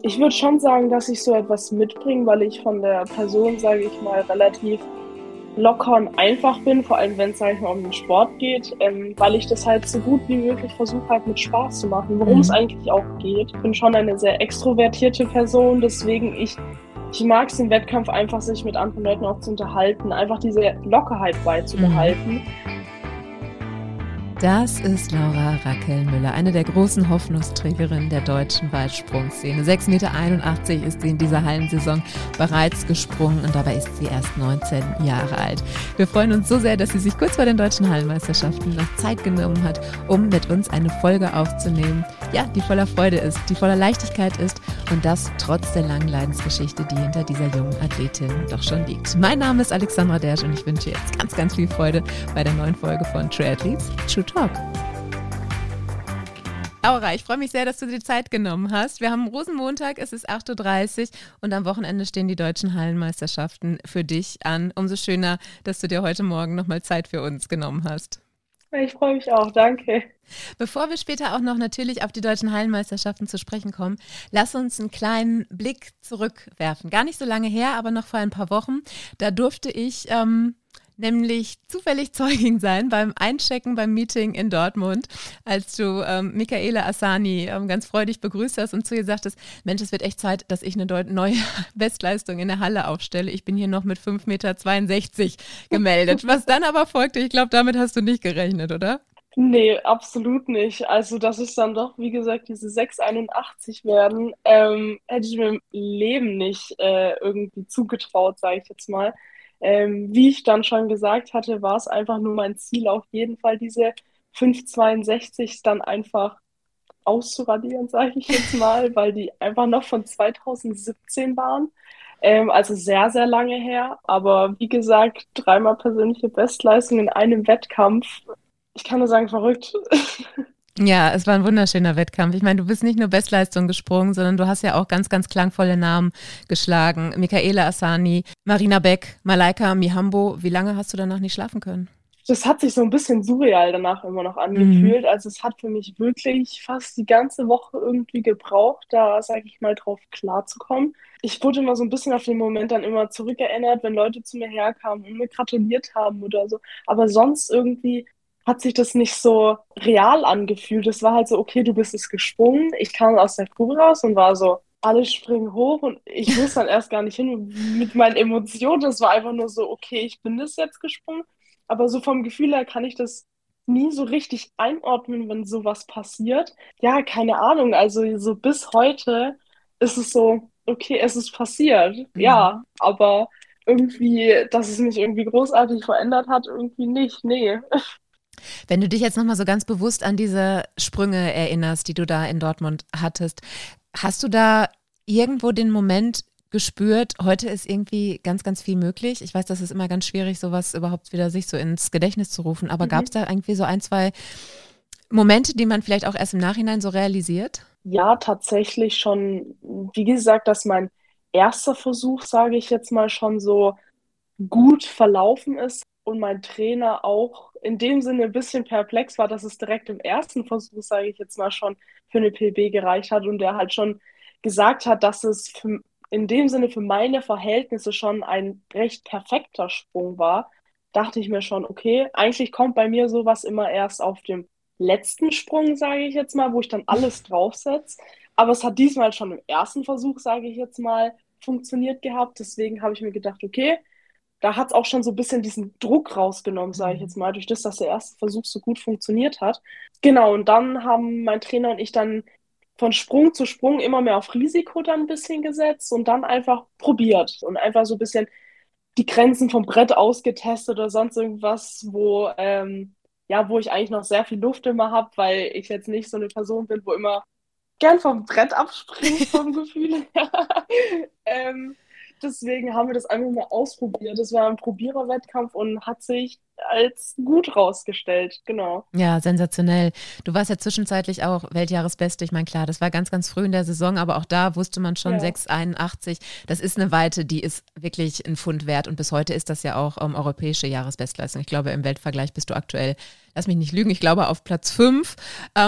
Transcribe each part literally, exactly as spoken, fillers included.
Ich würde schon sagen, dass ich so etwas mitbringe, weil ich von der Person, sage ich mal, relativ locker und einfach bin, vor allem wenn es, sage ich mal, um den Sport geht, ähm, weil ich das halt so gut wie möglich versuche halt mit Spaß zu machen, worum es Mhm. eigentlich auch geht. Ich bin schon eine sehr extrovertierte Person, deswegen ich, ich mag es im Wettkampf einfach, sich mit anderen Leuten auch zu unterhalten, einfach diese Lockerheit beizubehalten. Das ist Laura Rackel-Müller, eine der großen Hoffnungsträgerinnen der deutschen Weitsprungszene. sechs Komma einundachtzig Meter ist sie in dieser Hallensaison bereits gesprungen und dabei ist sie erst neunzehn Jahre alt. Wir freuen uns so sehr, dass sie sich kurz vor den deutschen Hallenmeisterschaften noch Zeit genommen hat, um mit uns eine Folge aufzunehmen, ja, die voller Freude ist, die voller Leichtigkeit ist und das trotz der langen Leidensgeschichte, die hinter dieser jungen Athletin doch schon liegt. Mein Name ist Alexandra Dersch und ich wünsche jetzt ganz, ganz viel Freude bei der neuen Folge von Triathletes True Talk. Laura, ich freue mich sehr, dass du dir Zeit genommen hast. Wir haben Rosenmontag, es ist acht Uhr dreißig und am Wochenende stehen die deutschen Hallenmeisterschaften für dich an. Umso schöner, dass du dir heute Morgen nochmal Zeit für uns genommen hast. Ich freue mich auch, danke. Bevor wir später auch noch natürlich auf die deutschen Hallenmeisterschaften zu sprechen kommen, lass uns einen kleinen Blick zurückwerfen. Gar nicht so lange her, aber noch vor ein paar Wochen. Da durfte ich ähm, nämlich zufällig Zeugin sein beim Einchecken beim Meeting in Dortmund, als du ähm, Michaela Asani ähm, ganz freudig begrüßt hast und zu ihr sagtest, Mensch, es wird echt Zeit, dass ich eine deut- neue Bestleistung in der Halle aufstelle. Ich bin hier noch mit fünf Komma zweiundsechzig Meter gemeldet. Was dann aber folgte, ich glaube, damit hast du nicht gerechnet, oder? Nee, absolut nicht. Also, dass es dann doch, wie gesagt, diese sechs Komma einundachtzig werden, ähm, hätte ich mir im Leben nicht äh, irgendwie zugetraut, sage ich jetzt mal. Ähm, wie ich dann schon gesagt hatte, war es einfach nur mein Ziel, auf jeden Fall diese fünf Komma zweiundsechzig dann einfach auszuradieren, sage ich jetzt mal, weil die einfach noch von zweitausendsiebzehn waren. Ähm, also sehr, sehr lange her. Aber wie gesagt, dreimal persönliche Bestleistung in einem Wettkampf. Ich kann nur sagen, verrückt. Ja, es war ein wunderschöner Wettkampf. Ich meine, du bist nicht nur Bestleistung gesprungen, sondern du hast ja auch ganz, ganz klangvolle Namen geschlagen. Michaela Asani, Marina Beck, Malaika Mihambo. Wie lange hast du danach nicht schlafen können? Das hat sich so ein bisschen surreal danach immer noch Mhm. angefühlt. Also es hat für mich wirklich fast die ganze Woche irgendwie gebraucht, da, sage ich mal, drauf klarzukommen. Ich wurde immer so ein bisschen auf den Moment dann immer zurückerinnert, wenn Leute zu mir herkamen und mir gratuliert haben oder so. Aber sonst irgendwie hat sich das nicht so real angefühlt. Es war halt so, okay, du bist es gesprungen. Ich kam aus der Crew raus und war so, alle springen hoch und ich wusste dann erst gar nicht hin mit meinen Emotionen. Es war einfach nur so, okay, ich bin das jetzt gesprungen. Aber so vom Gefühl her kann ich das nie so richtig einordnen, wenn sowas passiert. Ja, keine Ahnung. Also so bis heute ist es so, okay, es ist passiert. Mhm. Ja, aber irgendwie, dass es mich irgendwie großartig verändert hat, irgendwie nicht. Nee. Wenn du dich jetzt nochmal so ganz bewusst an diese Sprünge erinnerst, die du da in Dortmund hattest, hast du da irgendwo den Moment gespürt, heute ist irgendwie ganz, ganz viel möglich? Ich weiß, das ist immer ganz schwierig, sowas überhaupt wieder sich so ins Gedächtnis zu rufen, aber gab es Mhm. da irgendwie so ein, zwei Momente, die man vielleicht auch erst im Nachhinein so realisiert? Ja, tatsächlich schon, wie gesagt, dass mein erster Versuch, sage ich jetzt mal, schon so gut verlaufen ist und mein Trainer auch in dem Sinne ein bisschen perplex war, dass es direkt im ersten Versuch, sage ich jetzt mal, schon für eine P B gereicht hat und der halt schon gesagt hat, dass es für, in dem Sinne für meine Verhältnisse schon ein recht perfekter Sprung war, dachte ich mir schon, okay, eigentlich kommt bei mir sowas immer erst auf dem letzten Sprung, sage ich jetzt mal, wo ich dann alles draufsetze. Aber es hat diesmal schon im ersten Versuch, sage ich jetzt mal, funktioniert gehabt. Deswegen habe ich mir gedacht, okay, da hat es auch schon so ein bisschen diesen Druck rausgenommen, sage ich Mhm. jetzt mal, durch das, dass der erste Versuch so gut funktioniert hat. Genau, und dann haben mein Trainer und ich dann von Sprung zu Sprung immer mehr auf Risiko dann ein bisschen gesetzt und dann einfach probiert und einfach so ein bisschen die Grenzen vom Brett ausgetestet oder sonst irgendwas, wo, ähm, ja, wo ich eigentlich noch sehr viel Luft immer habe, weil ich jetzt nicht so eine Person bin, wo immer gern vom Brett abspringt vom Gefühl her. ähm, deswegen haben wir das einfach mal ausprobiert. Das war ein Probiererwettkampf und hat sich als gut rausgestellt. Genau. Ja, sensationell. Du warst ja zwischenzeitlich auch Weltjahresbeste. Ich meine, klar, das war ganz, ganz früh in der Saison, aber auch da wusste man schon Ja. sechs Komma einundachtzig. Das ist eine Weite, die ist wirklich ein Pfund wert und bis heute ist das ja auch um, europäische Jahresbestleistung. Ich glaube, im Weltvergleich bist du aktuell, lass mich nicht lügen, ich glaube auf Platz fünf. Ähm,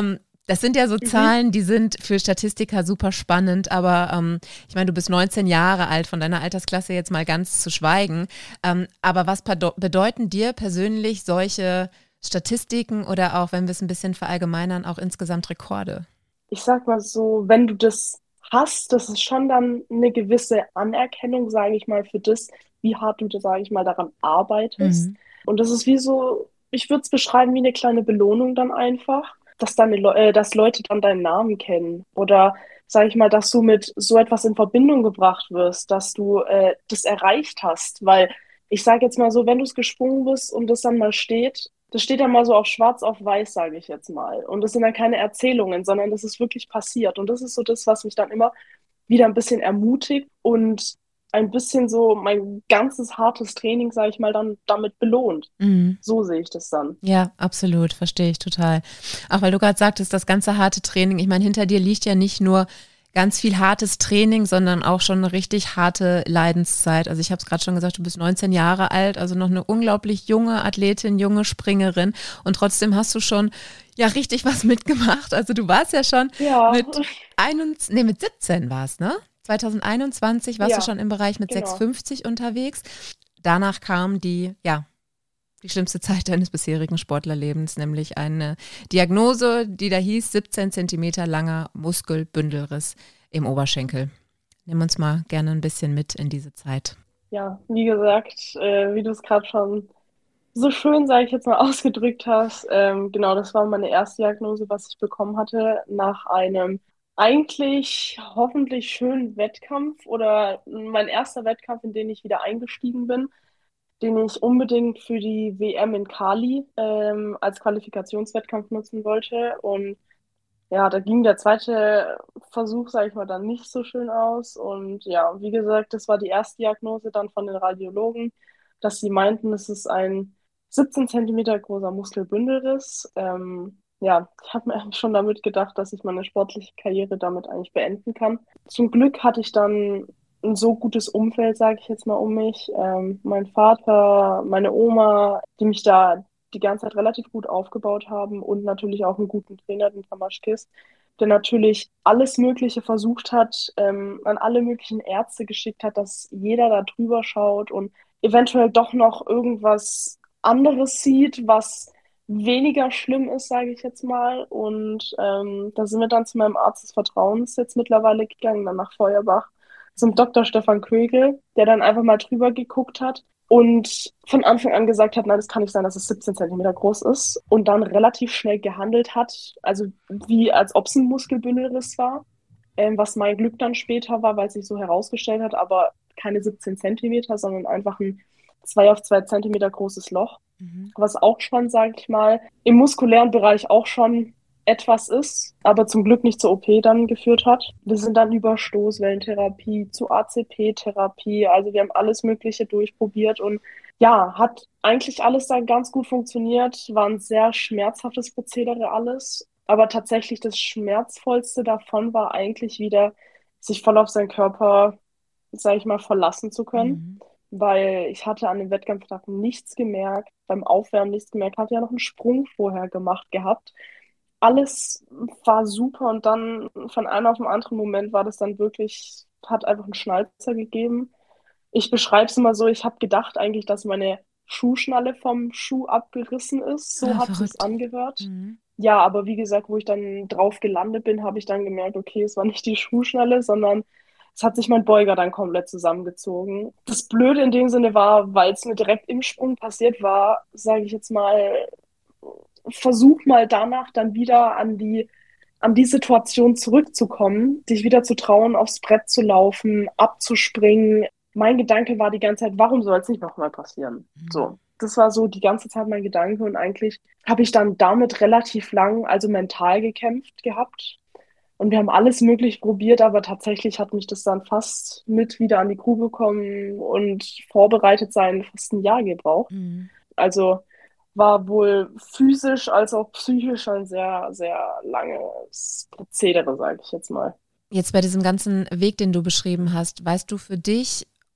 Das sind ja so Mhm. Zahlen, die sind für Statistiker super spannend, aber ähm, ich meine, du bist neunzehn Jahre alt, von deiner Altersklasse jetzt mal ganz zu schweigen. Ähm, aber was pado- bedeuten dir persönlich solche Statistiken oder auch, wenn wir es ein bisschen verallgemeinern, auch insgesamt Rekorde? Ich sag mal so, wenn du das hast, das ist schon dann eine gewisse Anerkennung, sage ich mal, für das, wie hart du, sage ich mal, daran arbeitest. Mhm. Und das ist wie so, ich würde es beschreiben wie eine kleine Belohnung dann einfach, dass deine Le äh, dass Leute dann deinen Namen kennen oder sage ich mal, dass du mit so etwas in Verbindung gebracht wirst, dass du äh, das erreicht hast, weil ich sage jetzt mal so, wenn du es gesprungen bist und das dann mal steht, das steht dann mal so auf schwarz auf weiß, sage ich jetzt mal. Und das sind dann keine Erzählungen, sondern das ist wirklich passiert. Und das ist so das, was mich dann immer wieder ein bisschen ermutigt und ein bisschen so mein ganzes hartes Training, sage ich mal, dann damit belohnt. Mhm. So sehe ich das dann. Ja, absolut, verstehe ich total. Auch weil du gerade sagtest, das ganze harte Training, ich meine, hinter dir liegt ja nicht nur ganz viel hartes Training, sondern auch schon eine richtig harte Leidenszeit. Also ich habe es gerade schon gesagt, du bist neunzehn Jahre alt, also noch eine unglaublich junge Athletin, junge Springerin und trotzdem hast du schon ja richtig was mitgemacht. Also du warst ja schon Ja, mit einundzwanzig, nee, mit siebzehn warst, ne? zwanzig einundzwanzig warst du ja, schon im Bereich mit genau. sechs fünfzig unterwegs. Danach kam die, ja, die schlimmste Zeit deines bisherigen Sportlerlebens, nämlich eine Diagnose, die da hieß siebzehn Zentimeter langer Muskelbündelriss im Oberschenkel. Nimm uns mal gerne ein bisschen mit in diese Zeit. Ja, wie gesagt, äh, wie du es gerade schon so schön, sage ich jetzt mal, ausgedrückt hast. Ähm, genau, das war meine erste Diagnose, was ich bekommen hatte nach einem eigentlich hoffentlich schönen Wettkampf oder mein erster Wettkampf, in den ich wieder eingestiegen bin, den ich unbedingt für die W M in Cali ähm, als Qualifikationswettkampf nutzen wollte. Und ja, da ging der zweite Versuch, sage ich mal, dann nicht so schön aus. Und ja, wie gesagt, das war die erste Diagnose dann von den Radiologen, dass sie meinten, es ist ein siebzehn Zentimeter großer Muskelbündelriss. Ähm, ja, ich habe mir eigentlich schon damit gedacht, dass ich meine sportliche Karriere damit eigentlich beenden kann. Zum Glück hatte ich dann ein so gutes Umfeld, sage ich jetzt mal, um mich. Ähm, mein Vater, meine Oma, die mich da die ganze Zeit relativ gut aufgebaut haben und natürlich auch einen guten Trainer, den Tamaschkis, der natürlich alles Mögliche versucht hat, ähm, an alle möglichen Ärzte geschickt hat, dass jeder da drüber schaut und eventuell doch noch irgendwas anderes sieht, was weniger schlimm ist, sage ich jetzt mal. Und ähm, da sind wir dann zu meinem Arzt des Vertrauens jetzt mittlerweile gegangen, dann nach Feuerbach, zum Doktor Stefan Kögel, der dann einfach mal drüber geguckt hat und von Anfang an gesagt hat, nein, das kann nicht sein, dass es siebzehn Zentimeter groß ist und dann relativ schnell gehandelt hat, also wie als ob es ein Muskelbündelriss war, ähm, was mein Glück dann später war, weil es sich so herausgestellt hat, aber keine siebzehn Zentimeter, sondern einfach ein zwei auf zwei Zentimeter großes Loch, Mhm. was auch schon, sage ich mal, im muskulären Bereich auch schon etwas ist, aber zum Glück nicht zur O P dann geführt hat. Wir sind dann über Stoßwellentherapie zu A C P-Therapie, also wir haben alles Mögliche durchprobiert und ja, hat eigentlich alles dann ganz gut funktioniert, war ein sehr schmerzhaftes Prozedere alles, aber tatsächlich das Schmerzvollste davon war eigentlich wieder, sich voll auf seinen Körper, sage ich mal, verlassen zu können, Mhm. weil ich hatte an dem Wettkampftag nichts gemerkt, beim Aufwärmen nichts gemerkt, hatte ja noch einen Sprung vorher gemacht gehabt. Alles war super und dann von einem auf den anderen Moment war das dann wirklich, hat einfach einen Schnalzer gegeben. Ich beschreibe es immer so, ich habe gedacht eigentlich, dass meine Schuhschnalle vom Schuh abgerissen ist. So Ah, hat sich's verrückt. angehört. Mhm. Ja, aber wie gesagt, wo ich dann drauf gelandet bin, habe ich dann gemerkt, okay, es war nicht die Schuhschnalle, sondern es hat sich mein Beuger dann komplett zusammengezogen. Das Blöde in dem Sinne war, weil es mir direkt im Sprung passiert war, sage ich jetzt mal, versuch mal danach dann wieder an die, an die Situation zurückzukommen, dich wieder zu trauen, aufs Brett zu laufen, abzuspringen. Mein Gedanke war die ganze Zeit, warum soll es nicht nochmal passieren? Mhm. So, das war so die ganze Zeit mein Gedanke und eigentlich habe ich dann damit relativ lang, also mental gekämpft gehabt. Und wir haben alles möglich probiert, aber tatsächlich hat mich das dann fast mit wieder an die Grube kommen und vorbereitet sein fast ein Jahr gebraucht. Mhm. Also war wohl physisch als auch psychisch ein sehr, sehr langes Prozedere, sage ich jetzt mal. Jetzt bei diesem ganzen Weg, den du beschrieben hast, weißt du für dich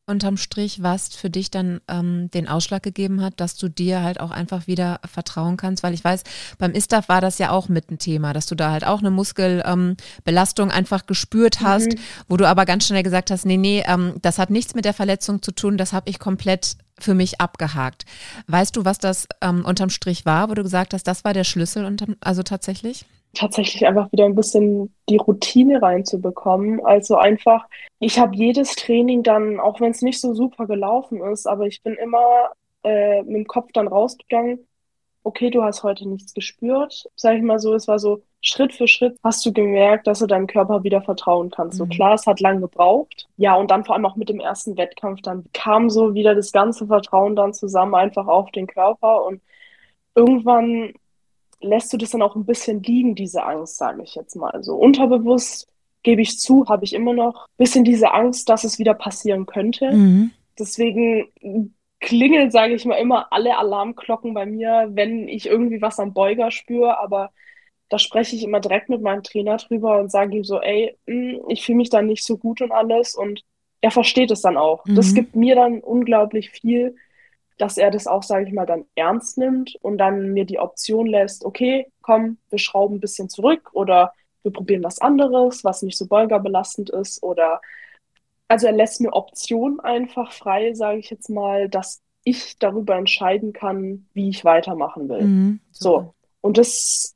unterm Strich, was für dich dann ähm, den Ausschlag gegeben hat, dass du dir halt auch einfach wieder vertrauen kannst? Weil ich weiß, beim Istaf war das ja auch mit ein Thema, dass du da halt auch eine Muskelbelastung ähm, einfach gespürt hast, Mhm. wo du aber ganz schnell gesagt hast, nee, nee, ähm, das hat nichts mit der Verletzung zu tun, das habe ich komplett für mich abgehakt. Weißt du, was das ähm, unterm Strich war, wo du gesagt hast, das war der Schlüssel, unterm, also tatsächlich? Tatsächlich einfach wieder ein bisschen die Routine reinzubekommen. Also einfach, ich habe jedes Training dann, auch wenn es nicht so super gelaufen ist, aber ich bin immer äh, mit dem Kopf dann rausgegangen, okay, du hast heute nichts gespürt, sag ich mal so, es war so Schritt für Schritt hast du gemerkt, dass du deinem Körper wieder vertrauen kannst. So Mhm. klar, es hat lang gebraucht. Ja, und dann vor allem auch mit dem ersten Wettkampf, dann kam so wieder das ganze Vertrauen dann zusammen einfach auf den Körper und irgendwann lässt du das dann auch ein bisschen liegen, diese Angst, sage ich jetzt mal. Also unterbewusst, gebe ich zu, habe ich immer noch ein bisschen diese Angst, dass es wieder passieren könnte. Mhm. Deswegen klingeln, sage ich mal, immer alle Alarmglocken bei mir, wenn ich irgendwie was am Beuger spüre. Aber da spreche ich immer direkt mit meinem Trainer drüber und sage ihm so, ey, mh, ich fühle mich dann nicht so gut und alles. Und er versteht es dann auch. Das Mhm. gibt mir dann unglaublich viel, dass er das auch, sage ich mal, dann ernst nimmt und dann mir die Option lässt, okay, komm, wir schrauben ein bisschen zurück oder wir probieren was anderes, was nicht so beugerbelastend ist oder also er lässt mir Optionen einfach frei, sage ich jetzt mal, dass ich darüber entscheiden kann, wie ich weitermachen will. Mhm. Super. So. Und das,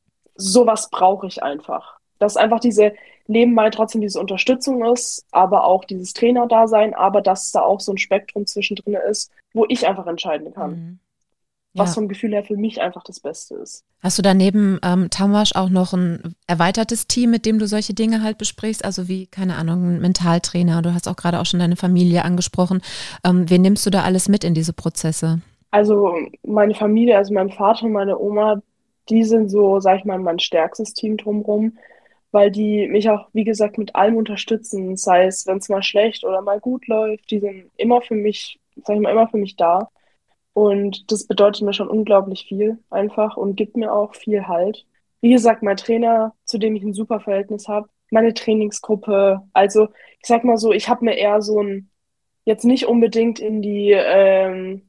sowas brauche ich einfach. Dass einfach diese nebenbei trotzdem diese Unterstützung ist, aber auch dieses Trainerdasein, aber dass da auch so ein Spektrum zwischendrin ist, wo ich einfach entscheiden kann, Mhm. was Ja. vom Gefühl her für mich einfach das Beste ist. Hast du daneben ähm, Tamwasch auch noch ein erweitertes Team, mit dem du solche Dinge halt besprichst? Also wie, keine Ahnung, ein Mentaltrainer, du hast auch gerade auch schon deine Familie angesprochen. Ähm, wen nimmst du da alles mit in diese Prozesse? Also meine Familie, also mein Vater und meine Oma, die sind so, sag ich mal, mein stärkstes Team drumherum, weil die mich auch, wie gesagt, mit allem unterstützen, sei es, wenn es mal schlecht oder mal gut läuft, die sind immer für mich, sag ich mal, immer für mich da. Und das bedeutet mir schon unglaublich viel einfach und gibt mir auch viel Halt. Wie gesagt, mein Trainer, zu dem ich ein super Verhältnis habe, meine Trainingsgruppe, also ich sag mal so, ich habe mir eher so ein, jetzt nicht unbedingt in die ähm,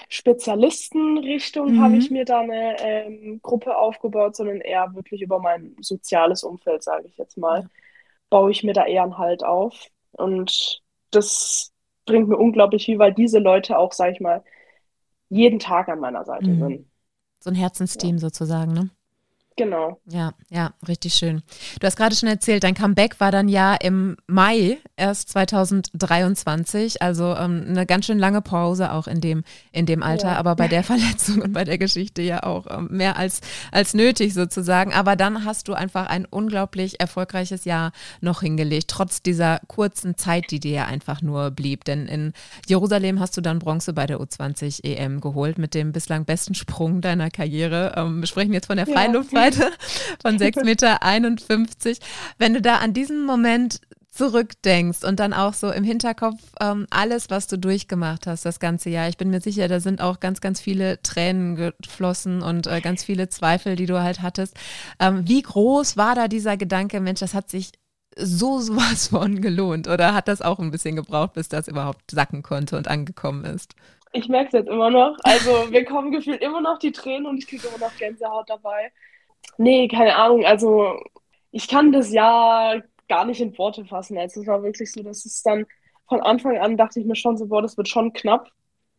Spezialistenrichtung habe ich Mhm. mir da eine ähm, Gruppe aufgebaut, sondern eher wirklich über mein soziales Umfeld, sage ich jetzt mal, Ja. baue ich mir da eher einen Halt auf. Und das bringt mir unglaublich viel, weil diese Leute auch, sage ich mal, jeden Tag an meiner Seite Mhm. sind. So ein Ja, Herzensteam sozusagen, ne? genau. Ja, ja, richtig schön. Du hast gerade schon erzählt, dein Comeback war dann ja im Mai erst zwanzig dreiundzwanzig, also ähm, eine ganz schön lange Pause auch in dem, in dem Alter, Ja. aber bei der Verletzung und bei der Geschichte ja auch ähm, mehr als, als nötig sozusagen. Aber dann hast du einfach ein unglaublich erfolgreiches Jahr noch hingelegt, trotz dieser kurzen Zeit, die dir ja einfach nur blieb. Denn in Jerusalem hast du dann Bronze bei der U zwanzig E M geholt mit dem bislang besten Sprung deiner Karriere. Ähm, wir sprechen jetzt von der Ja. Freiluftweite von sechs Meter einundfünfzig. Wenn du da an diesen Moment zurückdenkst und dann auch so im Hinterkopf ähm, alles, was du durchgemacht hast das ganze Jahr. Ich bin mir sicher, da sind auch ganz, ganz viele Tränen geflossen und äh, ganz viele Zweifel, die du halt hattest. Ähm, wie groß war da dieser Gedanke, Mensch, das hat sich so sowas von gelohnt oder hat das auch ein bisschen gebraucht, bis das überhaupt sacken konnte und angekommen ist? Ich merke es jetzt immer noch. Also mir kommen gefühlt immer noch die Tränen und ich kriege immer noch Gänsehaut dabei. Nee, keine Ahnung. Also ich kann das Jahr gar nicht in Worte fassen. Also es war wirklich so, dass es dann von Anfang an dachte ich mir schon so, boah, das wird schon knapp.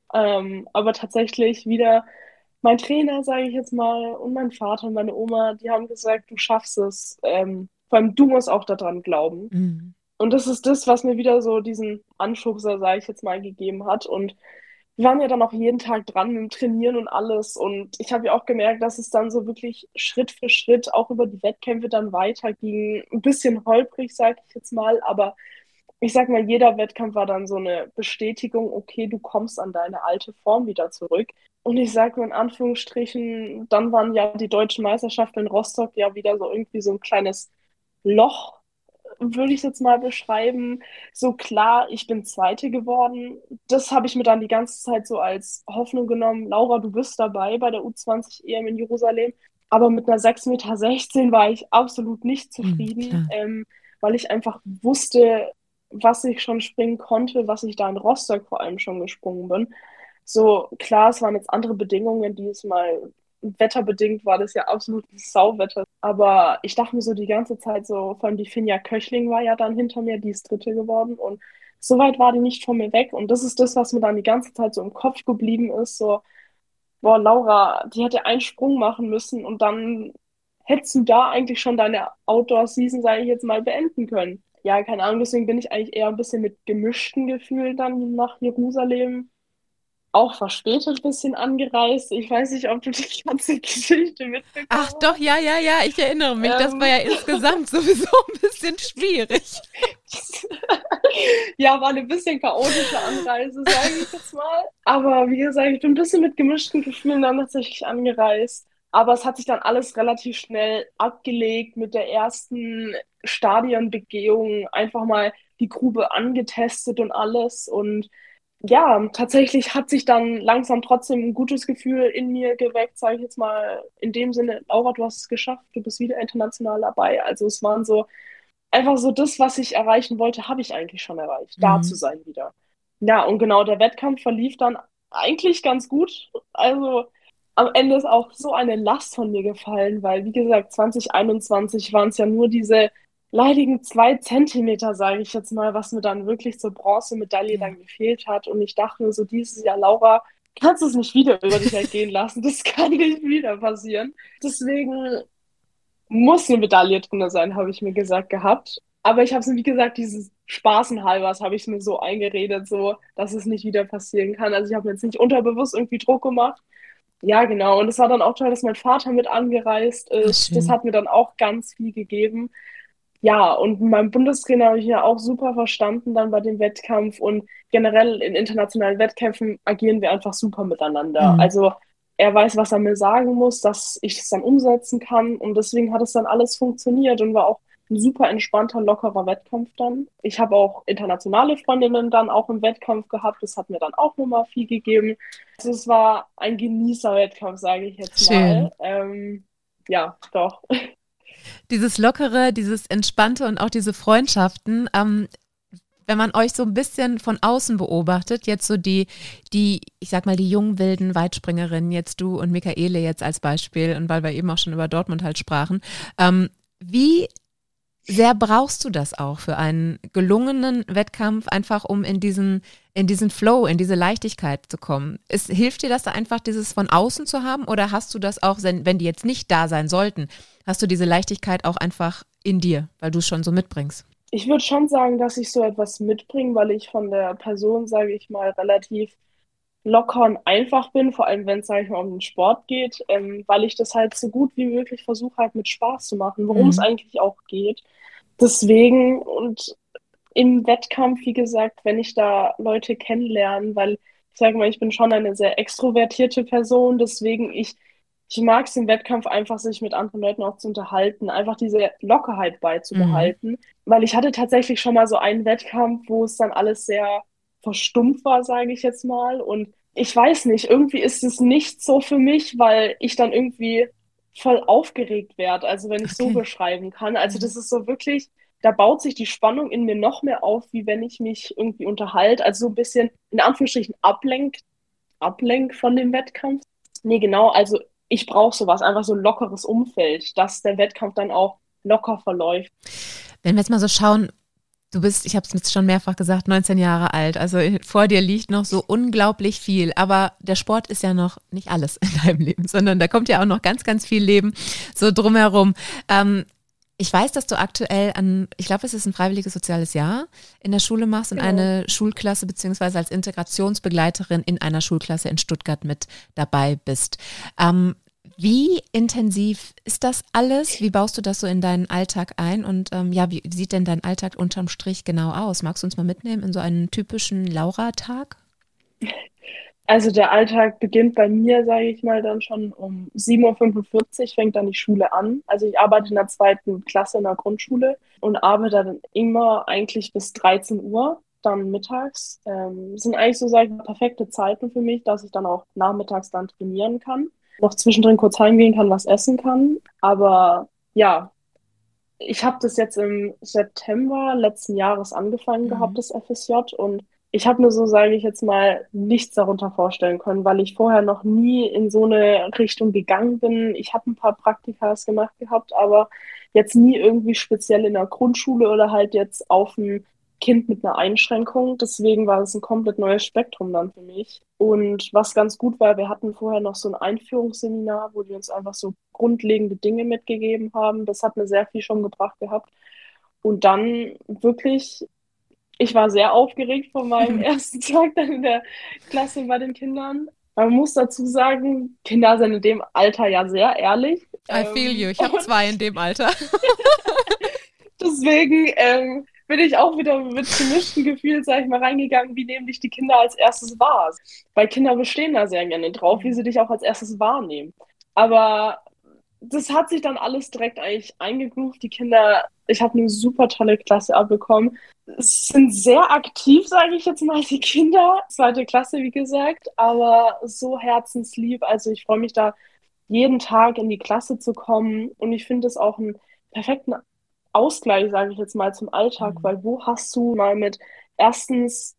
Ähm, aber tatsächlich wieder mein Trainer, sage ich jetzt mal, und mein Vater und meine Oma, die haben gesagt, du schaffst es. Ähm, vor allem du musst auch daran glauben. Mhm. Und das ist das, was mir wieder so diesen Anschubser, sage ich jetzt mal, gegeben hat. Und wir waren ja dann auch jeden Tag dran mit dem Trainieren und alles. Und ich habe ja auch gemerkt, dass es dann so wirklich Schritt für Schritt auch über die Wettkämpfe dann weiterging. Ein bisschen holprig, sage ich jetzt mal, aber ich sag mal, jeder Wettkampf war dann so eine Bestätigung, okay, du kommst an deine alte Form wieder zurück. Und ich sage mal in Anführungsstrichen, dann waren ja die deutschen Meisterschaften in Rostock ja wieder so irgendwie so ein kleines Loch, würde ich jetzt mal beschreiben. So klar, ich bin Zweite geworden. Das habe ich mir dann die ganze Zeit so als Hoffnung genommen. Laura, du bist dabei bei der U zwanzig E M in Jerusalem. Aber mit einer sechs Meter sechzehn war ich absolut nicht Mhm, zufrieden, klar. ähm, weil ich einfach wusste, was ich schon springen konnte, was ich da in Rostock vor allem schon gesprungen bin. So, klar, es waren jetzt andere Bedingungen diesmal. Wetterbedingt war das ja absolut ein Sauwetter. Aber ich dachte mir so die ganze Zeit so, vor allem die Finja Köchling war ja dann hinter mir, die ist Dritte geworden. Und so weit war die nicht von mir weg. Und das ist das, was mir dann die ganze Zeit so im Kopf geblieben ist. So, boah, Laura, die hätte einen Sprung machen müssen und dann hättest du da eigentlich schon deine Outdoor-Season, sage ich jetzt mal, beenden können. Ja, keine Ahnung, deswegen bin ich eigentlich eher ein bisschen mit gemischten Gefühlen dann nach Jerusalem auch verspätet ein bisschen angereist. Ich weiß nicht, ob du die ganze Geschichte mitbekommen Ach doch, hast. ja, ja, ja, ich erinnere mich. Das war Ähm, ja insgesamt sowieso ein bisschen schwierig. ja, war eine bisschen chaotische Anreise, sage ich jetzt mal. Aber wie gesagt, ich bin ein bisschen mit gemischten Gefühlen dann tatsächlich angereist. Aber es hat sich dann alles relativ schnell abgelegt mit der ersten Stadionbegehung. Einfach mal die Grube angetestet und alles. Und ja, tatsächlich hat sich dann langsam trotzdem ein gutes Gefühl in mir geweckt, sage ich jetzt mal. In dem Sinne, Laura, du hast es geschafft, du bist wieder international dabei. Also es waren so einfach so das, was ich erreichen wollte, habe ich eigentlich schon erreicht, da zu Mhm. sein wieder. Ja, und genau, der Wettkampf verlief dann eigentlich ganz gut. Also am Ende ist auch so eine Last von mir gefallen, weil, wie gesagt, zwanzig einundzwanzig waren es ja nur diese leidigen zwei Zentimeter, sage ich jetzt mal, was mir dann wirklich zur Bronzemedaille Ja. dann gefehlt hat. Und ich dachte mir so dieses Jahr, Laura, kannst du es nicht wieder über dich ergehen lassen? Das kann nicht wieder passieren. Deswegen muss eine Medaille drin sein, habe ich mir gesagt gehabt. Aber ich habe es, wie gesagt, dieses Spaßenhalbers habe ich es mir so eingeredet, so, dass es nicht wieder passieren kann. Also ich habe mir jetzt nicht unterbewusst irgendwie Druck gemacht. Ja, genau. Und es war dann auch toll, dass mein Vater mit angereist Ach, ist. Das schön. hat mir dann auch ganz viel gegeben. Ja, und mit meinem Bundestrainer habe ich ja auch super verstanden dann bei dem Wettkampf und generell in internationalen Wettkämpfen agieren wir einfach super miteinander. Mhm. Also er weiß, was er mir sagen muss, dass ich es dann umsetzen kann und deswegen hat es dann alles funktioniert und war auch ein super entspannter, lockerer Wettkampf dann. Ich habe auch internationale Freundinnen dann auch im Wettkampf gehabt, das hat mir dann auch nochmal viel gegeben. Also es war ein Genießerwettkampf, sage ich jetzt Schön. mal. Ähm, ja, doch. Dieses Lockere, dieses Entspannte und auch diese Freundschaften, ähm, wenn man euch so ein bisschen von außen beobachtet, jetzt so die, die, ich sag mal, die jungen wilden Weitspringerinnen, jetzt du und Michaele jetzt als Beispiel, und weil wir eben auch schon über Dortmund halt sprachen, ähm, wie sehr brauchst du das auch für einen gelungenen Wettkampf, einfach um in diesen, in diesen Flow, in diese Leichtigkeit zu kommen? Es, hilft dir das da einfach, dieses von außen zu haben, oder hast du das auch, wenn wenn die jetzt nicht da sein sollten, hast du diese Leichtigkeit auch einfach in dir, weil du es schon so mitbringst? Ich würde schon sagen, dass ich so etwas mitbringe, weil ich von der Person, sage ich mal, relativ locker und einfach bin, vor allem wenn es, sage ich mal, um den Sport geht, ähm, weil ich das halt so gut wie möglich versuche halt mit Spaß zu machen, worum es Mhm. eigentlich auch geht. Deswegen und im Wettkampf, wie gesagt, wenn ich da Leute kennenlerne, weil ich sage mal, ich bin schon eine sehr extrovertierte Person, deswegen ich, ich mag es im Wettkampf einfach, sich mit anderen Leuten auch zu unterhalten, einfach diese Lockerheit Mhm. beizubehalten, weil ich hatte tatsächlich schon mal so einen Wettkampf, wo es dann alles sehr verstummt war, sage ich jetzt mal, und ich weiß nicht, irgendwie ist es nicht so für mich, weil ich dann irgendwie voll aufgeregt werde, also wenn ich so Okay. beschreiben kann. Also Ja. das ist so wirklich, da baut sich die Spannung in mir noch mehr auf, wie wenn ich mich irgendwie unterhalte. Also so ein bisschen in Anführungsstrichen ablenkt, ablenkt von dem Wettkampf. Nee, genau, also ich brauche sowas, einfach so ein lockeres Umfeld, dass der Wettkampf dann auch locker verläuft. Wenn wir jetzt mal so schauen, du bist, ich habe es jetzt schon mehrfach gesagt, neunzehn Jahre alt. Also vor dir liegt noch so unglaublich viel. Aber der Sport ist ja noch nicht alles in deinem Leben, sondern da kommt ja auch noch ganz, ganz viel Leben so drumherum. Ähm, ich weiß, dass du aktuell an, ich glaube, es ist ein freiwilliges soziales Jahr in der Schule machst und Genau. eine Schulklasse beziehungsweise als Integrationsbegleiterin in einer Schulklasse in Stuttgart mit dabei bist. Ähm, wie intensiv ist das alles? Wie baust du das so in deinen Alltag ein? Und ähm, ja, wie sieht denn dein Alltag unterm Strich genau aus? Magst du uns mal mitnehmen in so einen typischen Laura-Tag? Also der Alltag beginnt bei mir, sage ich mal, dann schon um sieben Uhr fünfundvierzig fängt dann die Schule an. Also ich arbeite in der zweiten Klasse in der Grundschule und arbeite dann immer eigentlich bis dreizehn Uhr, dann mittags. Ähm, sind eigentlich so, sage ich mal, perfekte Zeiten für mich, dass ich dann auch nachmittags dann trainieren kann. Noch zwischendrin kurz heimgehen kann, was essen kann. Aber ja, ich habe das jetzt im September letzten Jahres angefangen gehabt, Mhm. das F S J, und ich habe mir so, sage ich jetzt mal, nichts darunter vorstellen können, weil ich vorher noch nie in so eine Richtung gegangen bin. Ich habe ein paar Praktikas gemacht gehabt, aber jetzt nie irgendwie speziell in der Grundschule oder halt jetzt auf ein Kind mit einer Einschränkung. Deswegen war es ein komplett neues Spektrum dann für mich. Und was ganz gut war, wir hatten vorher noch so ein Einführungsseminar, wo die uns einfach so grundlegende Dinge mitgegeben haben. Das hat mir sehr viel schon gebracht gehabt. Und dann wirklich, ich war sehr aufgeregt von meinem ersten Tag dann in der Klasse bei den Kindern. Man muss dazu sagen, Kinder sind in dem Alter ja sehr ehrlich. I feel you. Ähm, Ich habe und zwei in dem Alter. deswegen ähm, bin ich auch wieder mit gemischten Gefühlen, sag ich mal, reingegangen, wie nehmen dich die Kinder als erstes wahr. Weil Kinder bestehen da sehr gerne drauf, wie sie dich auch als erstes wahrnehmen. Aber das hat sich dann alles direkt eigentlich eingegroovt. Die Kinder, ich habe eine super tolle Klasse abbekommen. Es sind sehr aktiv, sage ich jetzt mal, die Kinder. Zweite Klasse, wie gesagt, aber so herzenslieb. Also ich freue mich da jeden Tag in die Klasse zu kommen. Und ich finde es auch einen perfekten Ausgleich, sage ich jetzt mal, zum Alltag, Mhm. weil wo hast du mal mit erstens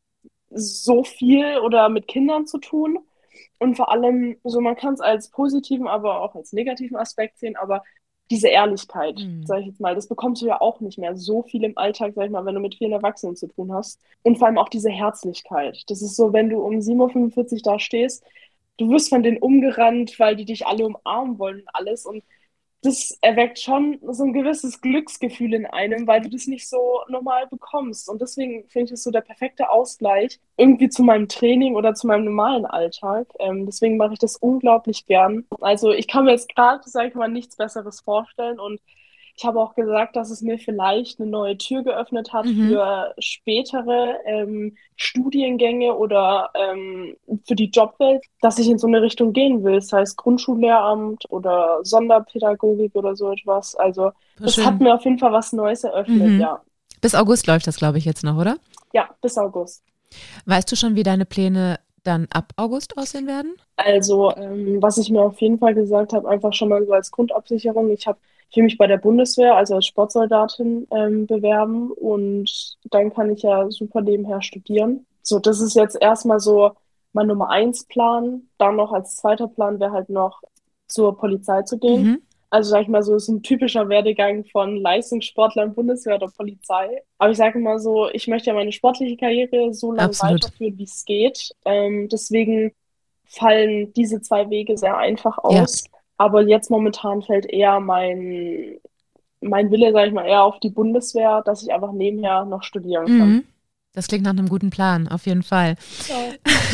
so viel oder mit Kindern zu tun? Und vor allem, so man kann es als positiven, aber auch als negativen Aspekt sehen, aber diese Ehrlichkeit, Mhm. sage ich jetzt mal, das bekommst du ja auch nicht mehr so viel im Alltag, sag ich mal, wenn du mit vielen Erwachsenen zu tun hast. Und vor allem auch diese Herzlichkeit. Das ist so, wenn du um sieben Uhr fünfundvierzig da stehst, du wirst von denen umgerannt, weil die dich alle umarmen wollen und alles. Und das erweckt schon so ein gewisses Glücksgefühl in einem, weil du das nicht so normal bekommst. Und deswegen finde ich es so der perfekte Ausgleich irgendwie zu meinem Training oder zu meinem normalen Alltag. Ähm, deswegen mache ich das unglaublich gern. Also ich kann mir jetzt gerade, sage ich mal, nichts Besseres vorstellen, und ich habe auch gesagt, dass es mir vielleicht eine neue Tür geöffnet hat Mhm. für spätere ähm, Studiengänge oder ähm, für die Jobwelt, dass ich in so eine Richtung gehen will, sei es Grundschullehramt oder Sonderpädagogik oder so etwas. Also Voll das hat schön. mir auf jeden Fall was Neues eröffnet, Mhm. ja. Bis August läuft das, glaube ich, jetzt noch, oder? Ja, bis August. Weißt du schon, wie deine Pläne dann ab August aussehen werden? Also, ähm, was ich mir auf jeden Fall gesagt habe, einfach schon mal so als Grundabsicherung, ich habe ich will mich bei der Bundeswehr, also als Sportsoldatin, ähm, bewerben, und dann kann ich ja super nebenher studieren. So, das ist jetzt erstmal so mein Nummer eins Plan. Dann noch als zweiter Plan wäre halt noch zur Polizei zu gehen. Mhm. Also sag ich mal so, ist ein typischer Werdegang von Leistungssportlern, Bundeswehr oder Polizei. Aber ich sage mal so, ich möchte ja meine sportliche Karriere so lange Absolut. weiterführen, wie es geht. Ähm, deswegen fallen diese zwei Wege sehr einfach Ja. aus. Aber jetzt momentan fällt eher mein, mein Wille, sage ich mal, eher auf die Bundeswehr, dass ich einfach nebenher noch studieren kann. Mhm. Das klingt nach einem guten Plan, auf jeden Fall. Ja.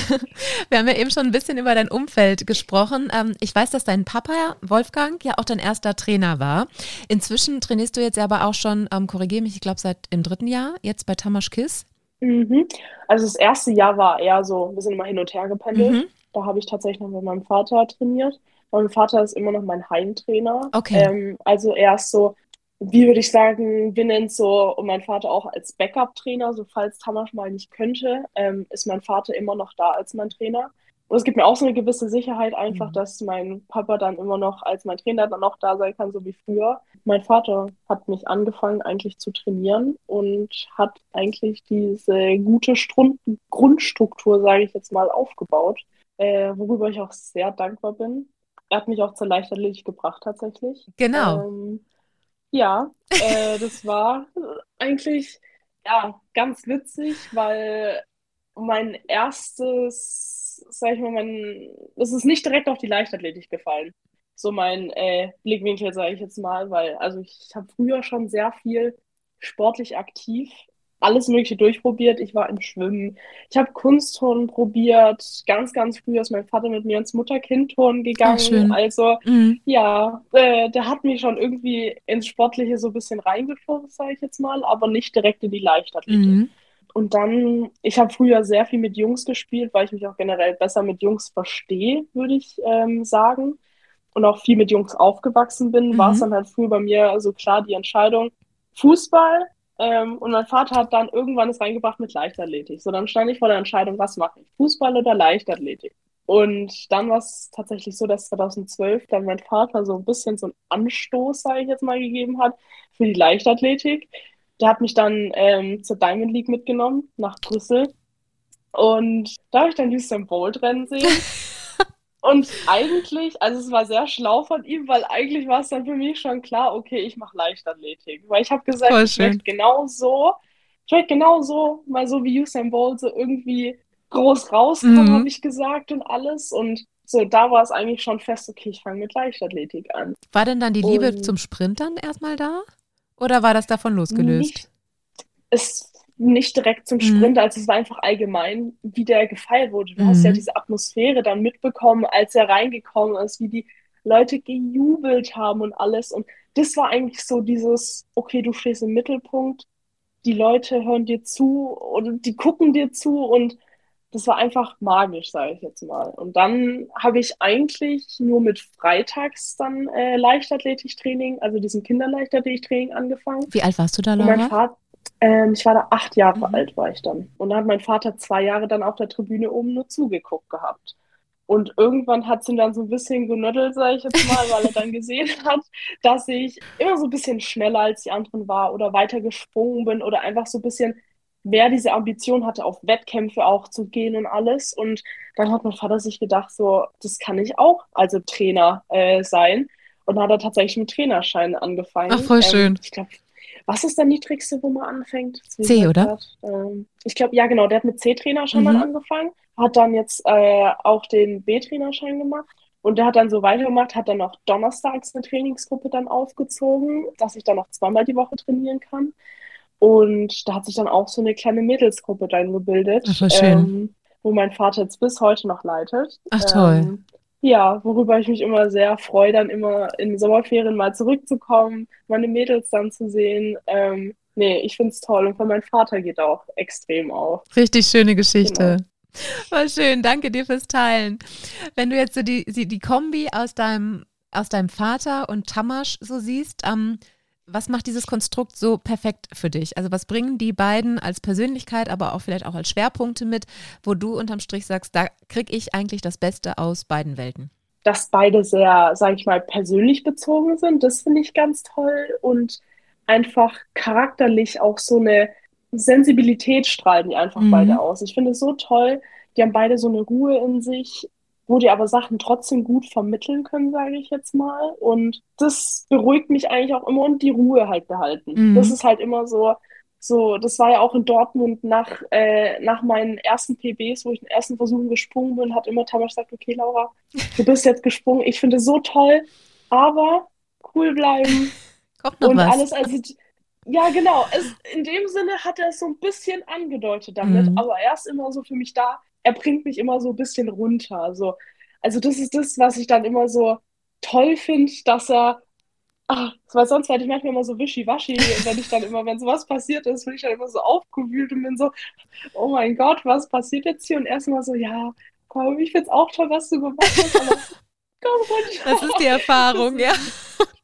Wir haben ja eben schon ein bisschen über dein Umfeld gesprochen. Ähm, ich weiß, dass dein Papa, Wolfgang, ja auch dein erster Trainer war. Inzwischen trainierst du jetzt aber auch schon, ähm, korrigiere mich, ich glaube seit im dritten Jahr, jetzt bei Tamas Kiss. Mhm. Also das erste Jahr war eher so, wir sind immer hin und her gependelt. Mhm. Da habe ich tatsächlich noch mit meinem Vater trainiert. Mein Vater ist immer noch mein Heimtrainer. Okay. Ähm, also er ist so, wie würde ich sagen, wir nennen es so, und mein Vater auch als Backup-Trainer, so falls Tamas mal nicht könnte, ähm, ist mein Vater immer noch da als mein Trainer. Und es gibt mir auch so eine gewisse Sicherheit einfach, Mhm. dass mein Papa dann immer noch als mein Trainer dann auch da sein kann, so wie früher. Mein Vater hat mich angefangen eigentlich zu trainieren und hat eigentlich diese gute Strun Grundstruktur, sage ich jetzt mal, aufgebaut, äh, worüber ich auch sehr dankbar bin. Er hat mich auch zur Leichtathletik gebracht tatsächlich. Genau. Ähm, ja, äh, das war eigentlich ja ganz witzig, weil mein erstes, sag ich mal, mein, es ist nicht direkt auf die Leichtathletik gefallen. So mein äh, Blickwinkel, sage ich jetzt mal, weil also ich habe früher schon sehr viel sportlich aktiv alles Mögliche durchprobiert. Ich war im Schwimmen, ich habe Kunstturnen probiert. Ganz, ganz früh ist mein Vater mit mir ins Mutter-Kind-Turnen Ach, gegangen. schön. Also Mhm. ja, äh, der hat mich schon irgendwie ins Sportliche so ein bisschen reingeschubst, sage ich jetzt mal, aber nicht direkt in die Leichtathletik. Mhm. Und dann, ich habe früher sehr viel mit Jungs gespielt, weil ich mich auch generell besser mit Jungs verstehe, würde ich ähm, sagen. Und auch viel mit Jungs aufgewachsen bin, war es Mhm. dann halt früh bei mir so klar die Entscheidung, Fußball. Ähm, und mein Vater hat dann irgendwann es reingebracht mit Leichtathletik. So, dann stand ich vor der Entscheidung, was mache ich? Fußball oder Leichtathletik? Und dann war es tatsächlich so, dass zwanzig zwölf dann mein Vater so ein bisschen so einen Anstoß, sage ich jetzt mal, gegeben hat für die Leichtathletik. Der hat mich dann ähm, zur Diamond League mitgenommen nach Brüssel. Und da habe ich dann Usain Bolt rennen sehen. Und eigentlich, also es war sehr schlau von ihm, weil eigentlich war es dann für mich schon klar, okay, ich mache Leichtathletik. Weil ich habe gesagt, Voll ich schön. möchte genau so, ich möchte genau so, mal so wie Usain Bolt, so irgendwie groß rauskommen, habe Mhm. ich gesagt und alles. Und so, da war es eigentlich schon fest, okay, ich fange mit Leichtathletik an. War denn dann die Liebe zum Und Sprint dann erstmal da? Oder war das davon losgelöst? nicht ist nicht direkt zum Mhm. Sprint, also es war einfach allgemein, wie der gefeiert wurde. Du hast ja Mhm. diese Atmosphäre dann mitbekommen, als er reingekommen ist, wie die Leute gejubelt haben und alles. Und das war eigentlich so dieses, okay, du stehst im Mittelpunkt, die Leute hören dir zu und die gucken dir zu und das war einfach magisch, sage ich jetzt mal. Und dann habe ich eigentlich nur mit freitags dann äh, Leichtathletiktraining, also diesem Kinderleichtathletiktraining angefangen. Wie alt warst du da, Und mein Laura? Vater, ähm, ich war da acht Jahre Mhm. alt, war ich dann. Und da hat mein Vater zwei Jahre dann auf der Tribüne oben nur zugeguckt gehabt. Und irgendwann hat es ihn dann so ein bisschen genöttelt, sage ich jetzt mal, weil er dann gesehen hat, dass ich immer so ein bisschen schneller als die anderen war oder weiter gesprungen bin oder einfach so ein bisschen mehr diese Ambition hatte, auf Wettkämpfe auch zu gehen und alles. Und dann hat mein Vater sich gedacht, so, das kann ich auch, also Trainer äh, sein. Und dann hat er tatsächlich mit Trainerschein Ach, angefangen. voll Ähm, schön. ich glaube, was ist der niedrigste, wo man anfängt? Das weiß ich C, halt oder? grad. Ähm, ich glaube, ja, genau, der hat mit C-Trainerschein dann Mhm. angefangen, hat dann jetzt äh, auch den B-Trainerschein gemacht. Und der hat dann so weitergemacht, hat dann noch donnerstags eine Trainingsgruppe dann aufgezogen, dass ich dann noch zweimal die Woche trainieren kann. Und da hat sich dann auch so eine kleine Mädelsgruppe dann Ach, gebildet, voll schön. ähm, wo mein Vater jetzt bis heute noch leitet. Ach, toll. Ähm, ja, worüber ich mich immer sehr freue, dann immer in Sommerferien mal zurückzukommen, meine Mädels dann zu sehen. Ähm, nee, ich finde es toll und von meinem Vater geht auch extrem auf. Richtig schöne Geschichte. Genau. Voll schön. Danke dir fürs Teilen. Wenn du jetzt so die, die, die Kombi aus deinem, aus deinem Vater und Tamasch so siehst, ähm, was macht dieses Konstrukt so perfekt für dich? Also was bringen die beiden als Persönlichkeit, aber auch vielleicht auch als Schwerpunkte mit, wo du unterm Strich sagst, da kriege ich eigentlich das Beste aus beiden Welten? Dass beide sehr, sage ich mal, persönlich bezogen sind, das finde ich ganz toll und einfach charakterlich auch so eine Sensibilität strahlen die einfach beide Mhm. aus. Ich finde es so toll, die haben beide so eine Ruhe in sich, wo die aber Sachen trotzdem gut vermitteln können, sage ich jetzt mal. Und das beruhigt mich eigentlich auch immer und die Ruhe halt behalten. Das Mhm. ist halt immer so, so, das war ja auch in Dortmund nach, äh, nach meinen ersten P Bs, wo ich den ersten Versuchen gesprungen bin, hat immer Tamas gesagt, okay, Laura, du bist jetzt gesprungen. Ich finde es so toll, aber cool bleiben Kommt noch und was. alles. Also, ja, genau. Es, in dem Sinne hat er es so ein bisschen angedeutet damit, Mhm. aber er ist immer so für mich da. Er bringt mich immer so ein bisschen runter. Also, also das ist das, was ich dann immer so toll finde, dass er. Ach, weil sonst werde ich manchmal immer so wischiwaschi, wenn ich dann immer, wenn sowas passiert ist, bin ich dann immer so aufgewühlt und bin so, oh mein Gott, was passiert jetzt hier? Und erstmal so, ja, komm, ich find's auch toll, was du gemacht hast, aber komm Das ist die runter. Erfahrung, ja. Deswegen,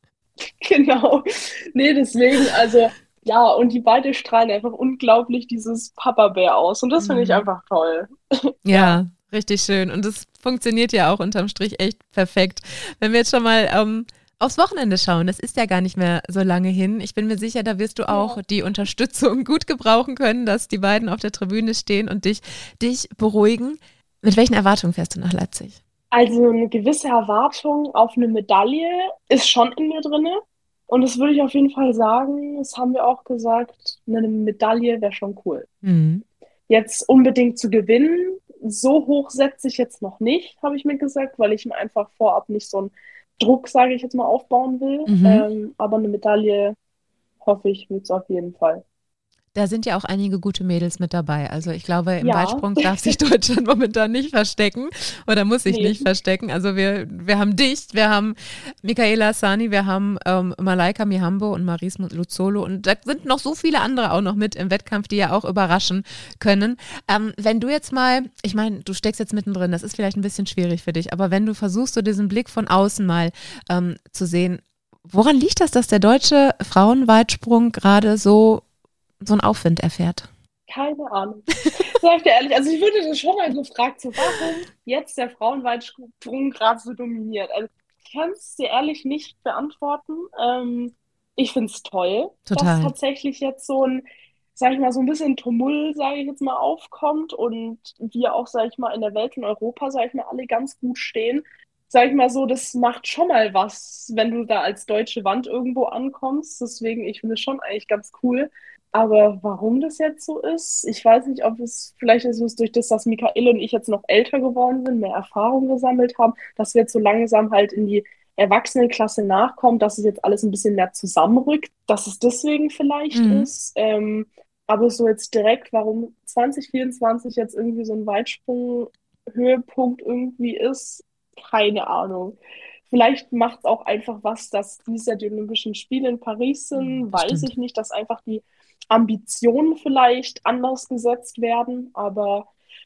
genau. Nee, deswegen, also, ja, und die beiden strahlen einfach unglaublich dieses Papa-Bär aus. Und das finde ich Mhm. einfach toll. Ja. Ja, richtig schön. Und das funktioniert ja auch unterm Strich echt perfekt. Wenn wir jetzt schon mal ähm, aufs Wochenende schauen, das ist ja gar nicht mehr so lange hin. Ich bin mir sicher, da wirst du auch Ja. die Unterstützung gut gebrauchen können, dass die beiden auf der Tribüne stehen und dich, dich beruhigen. Mit welchen Erwartungen fährst du nach Leipzig? Also eine gewisse Erwartung auf eine Medaille ist schon in mir drinne. Und das würde ich auf jeden Fall sagen, das haben wir auch gesagt, eine Medaille wäre schon cool. Mhm. Jetzt unbedingt zu gewinnen, so hoch setze ich jetzt noch nicht, habe ich mir gesagt, weil ich mir einfach vorab nicht so einen Druck, sage ich jetzt mal, aufbauen will. Mhm. Ähm, aber eine Medaille, hoffe ich, wird es auf jeden Fall. Da sind ja auch einige gute Mädels mit dabei. Also ich glaube, im Ja, Weitsprung darf sich Deutschland momentan nicht verstecken oder muss sich nee, nicht verstecken. Also wir, wir haben dich, wir haben Michaela Sani, wir haben ähm, Malaika Mihambo und Maris Luzzolo und da sind noch so viele andere auch noch mit im Wettkampf, die ja auch überraschen können. Ähm, wenn du jetzt mal, ich meine, du steckst jetzt mittendrin, das ist vielleicht ein bisschen schwierig für dich, aber wenn du versuchst, so diesen Blick von außen mal ähm, zu sehen, woran liegt das, dass der deutsche Frauenweitsprung gerade so so einen Aufwind erfährt? Keine Ahnung. Sag ich dir ehrlich, also ich würde das schon mal gefragt, so warum jetzt der Frauenweitsprung gerade so dominiert. Also ich kann es dir ehrlich nicht beantworten. Ähm, ich finde es toll, dass Total. tatsächlich jetzt so ein, sag ich mal, so ein bisschen Tumult, sage ich jetzt mal, aufkommt und wir auch, sag ich mal, in der Welt und Europa, sag ich mal, alle ganz gut stehen. Sag ich mal so, das macht schon mal was, wenn du da als deutsche Wand irgendwo ankommst. Deswegen, ich finde es schon eigentlich ganz cool. Aber warum das jetzt so ist, ich weiß nicht, ob es vielleicht ist es durch das, dass Michael und ich jetzt noch älter geworden sind, mehr Erfahrung gesammelt haben, dass wir jetzt so langsam halt in die Erwachsenenklasse nachkommen, dass es jetzt alles ein bisschen mehr zusammenrückt, dass es deswegen vielleicht Mhm. ist. Ähm, aber so jetzt direkt, warum zwanzig vierundzwanzig jetzt irgendwie so ein Weitsprung-Höhepunkt irgendwie ist, keine Ahnung. Vielleicht macht es auch einfach was, dass dies Jahr die Olympischen Spiele in Paris Mhm, sind, weiß bestimmt. ich nicht, dass einfach die Ambitionen vielleicht anders gesetzt werden. Aber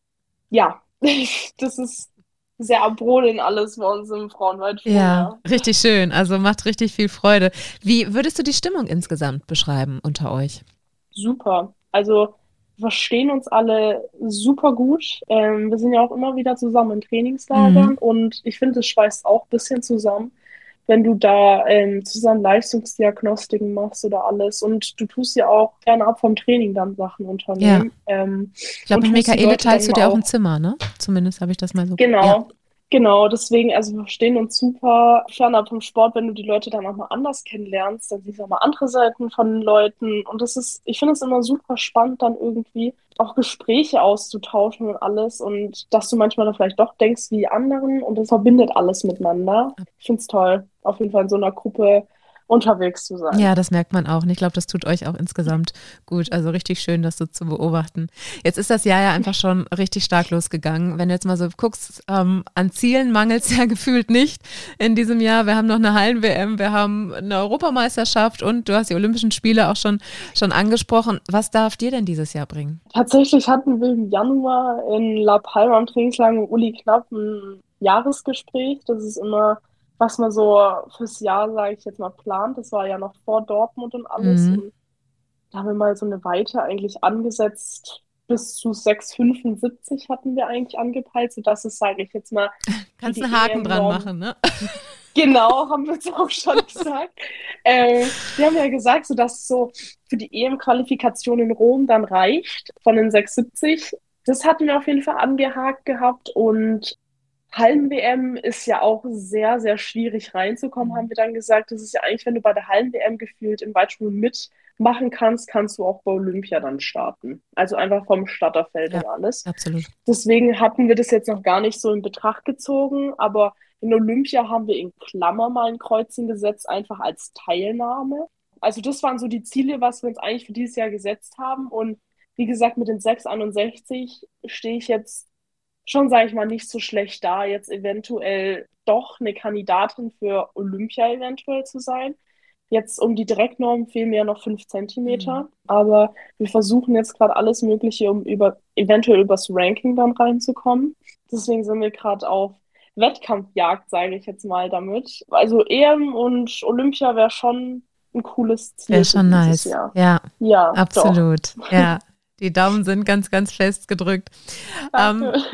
ja, das ist sehr am Brodeln alles bei uns im Frauenweitsprung, Ja, ja. richtig schön. Also macht richtig viel Freude. Wie würdest du die Stimmung insgesamt beschreiben unter euch? Super. Also wir verstehen uns alle super gut. Ähm, wir sind ja auch immer wieder zusammen in Mhm. Trainingslagern und ich finde, das schweißt auch ein bisschen zusammen, wenn du da ähm, zusammen Leistungsdiagnostiken machst oder alles. Und du tust ja auch gerne ab vom Training dann Sachen Ja. unternehmen ähm, Ich glaube, und mit tust die Michaele Leute dann teilst du mal dir auch ein auch. Zimmer, ne? Zumindest habe ich das mal so. Ja. Genau, genau. Deswegen, also wir verstehen uns super. Fernab vom Sport, wenn du die Leute dann auch mal anders kennenlernst, dann siehst du auch mal andere Seiten von den Leuten. Und das ist, ich finde es immer super spannend, dann irgendwie auch Gespräche auszutauschen und alles. Und dass du manchmal dann vielleicht doch denkst wie die anderen und das verbindet alles miteinander. Ich finde es toll, auf jeden Fall in so einer Gruppe unterwegs zu sein. Ja, das merkt man auch. Und ich glaube, das tut euch auch insgesamt gut. Also richtig schön, das so zu beobachten. Jetzt ist das Jahr ja einfach schon richtig stark losgegangen. Wenn du jetzt mal so guckst, ähm, an Zielen mangelt es ja gefühlt nicht in diesem Jahr. Wir haben noch eine Hallen-W M, wir haben eine Europameisterschaft und du hast die Olympischen Spiele auch schon, schon angesprochen. Was darf dir denn dieses Jahr bringen? Tatsächlich hatten wir im Januar in La Palma am Trainingslager mit Uli Knapp ein Jahresgespräch. Das ist immer, was man so fürs Jahr, sage ich jetzt mal, plant. Das war ja noch vor Dortmund und alles. Mhm. Und da haben wir mal so eine Weite eigentlich angesetzt. Bis zu sechs Komma fünfundsiebzig hatten wir eigentlich angepeilt, sodass es, sage ich jetzt mal, für Kannst die einen Haken dran E M-Norm. machen, ne? Genau, haben wir jetzt auch schon gesagt. Ähm, wir haben ja gesagt, so dass so für die E M-Qualifikation in Rom dann reicht von den sechs Komma siebzig. Das hatten wir auf jeden Fall angehakt gehabt und Hallen-W M ist ja auch sehr, sehr schwierig reinzukommen, haben Mhm. wir dann gesagt. Das ist ja eigentlich, wenn du bei der Hallen-W M gefühlt im Weitsprung mitmachen kannst, kannst du auch bei Olympia dann starten. Also einfach vom Starterfeld Ja, und alles. absolut. Deswegen hatten wir das jetzt noch gar nicht so in Betracht gezogen, aber in Olympia haben wir in Klammer mal ein Kreuzchen gesetzt, einfach als Teilnahme. Also das waren so die Ziele, was wir uns eigentlich für dieses Jahr gesetzt haben. Und wie gesagt, mit den sechs Komma einundsechzig stehe ich jetzt schon, sage ich mal, nicht so schlecht da, jetzt eventuell doch eine Kandidatin für Olympia eventuell zu sein. Jetzt um die Direktnorm fehlen mir ja noch fünf Mhm. Zentimeter, aber wir versuchen jetzt gerade alles Mögliche, um über, eventuell übers Ranking dann reinzukommen. Deswegen sind wir gerade auf Wettkampfjagd, sage ich jetzt mal damit. Also E M und Olympia wäre schon ein cooles Wäre Ziel für schon dieses nice. Jahr. Ja, Ja, doch. absolut. Ja, die Daumen sind ganz, ganz fest gedrückt. Danke. Ähm,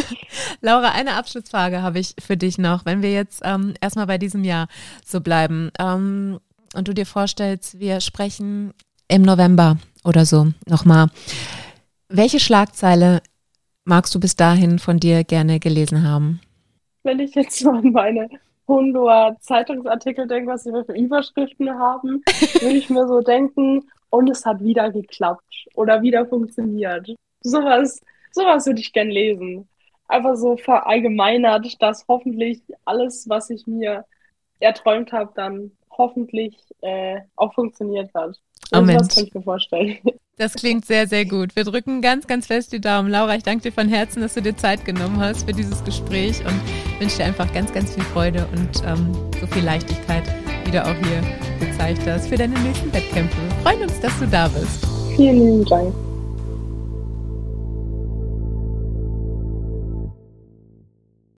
Laura, eine Abschlussfrage habe ich für dich noch. Wenn wir jetzt ähm, erstmal bei diesem Jahr so bleiben ähm, und du dir vorstellst, wir sprechen im November oder so nochmal. Welche Schlagzeile magst du bis dahin von dir gerne gelesen haben? Wenn ich jetzt so an meine Hondoa Zeitungsartikel denke, was wir für Überschriften haben, würde ich mir so denken, und es hat wieder geklappt oder wieder funktioniert. Sowas, sowas würde ich gern lesen. Einfach so verallgemeinert, dass hoffentlich alles, was ich mir erträumt habe, dann hoffentlich äh, auch funktioniert hat. Oh Also was Mensch, kann ich mir vorstellen? das klingt sehr, sehr gut. Wir drücken ganz, ganz fest die Daumen. Laura, ich danke dir von Herzen, dass du dir Zeit genommen hast für dieses Gespräch und wünsche dir einfach ganz, ganz viel Freude und ähm, so viel Leichtigkeit, wie du auch hier gezeigt hast, für deine nächsten Wettkämpfe. Wir freuen uns, dass du da bist. Vielen lieben Dank.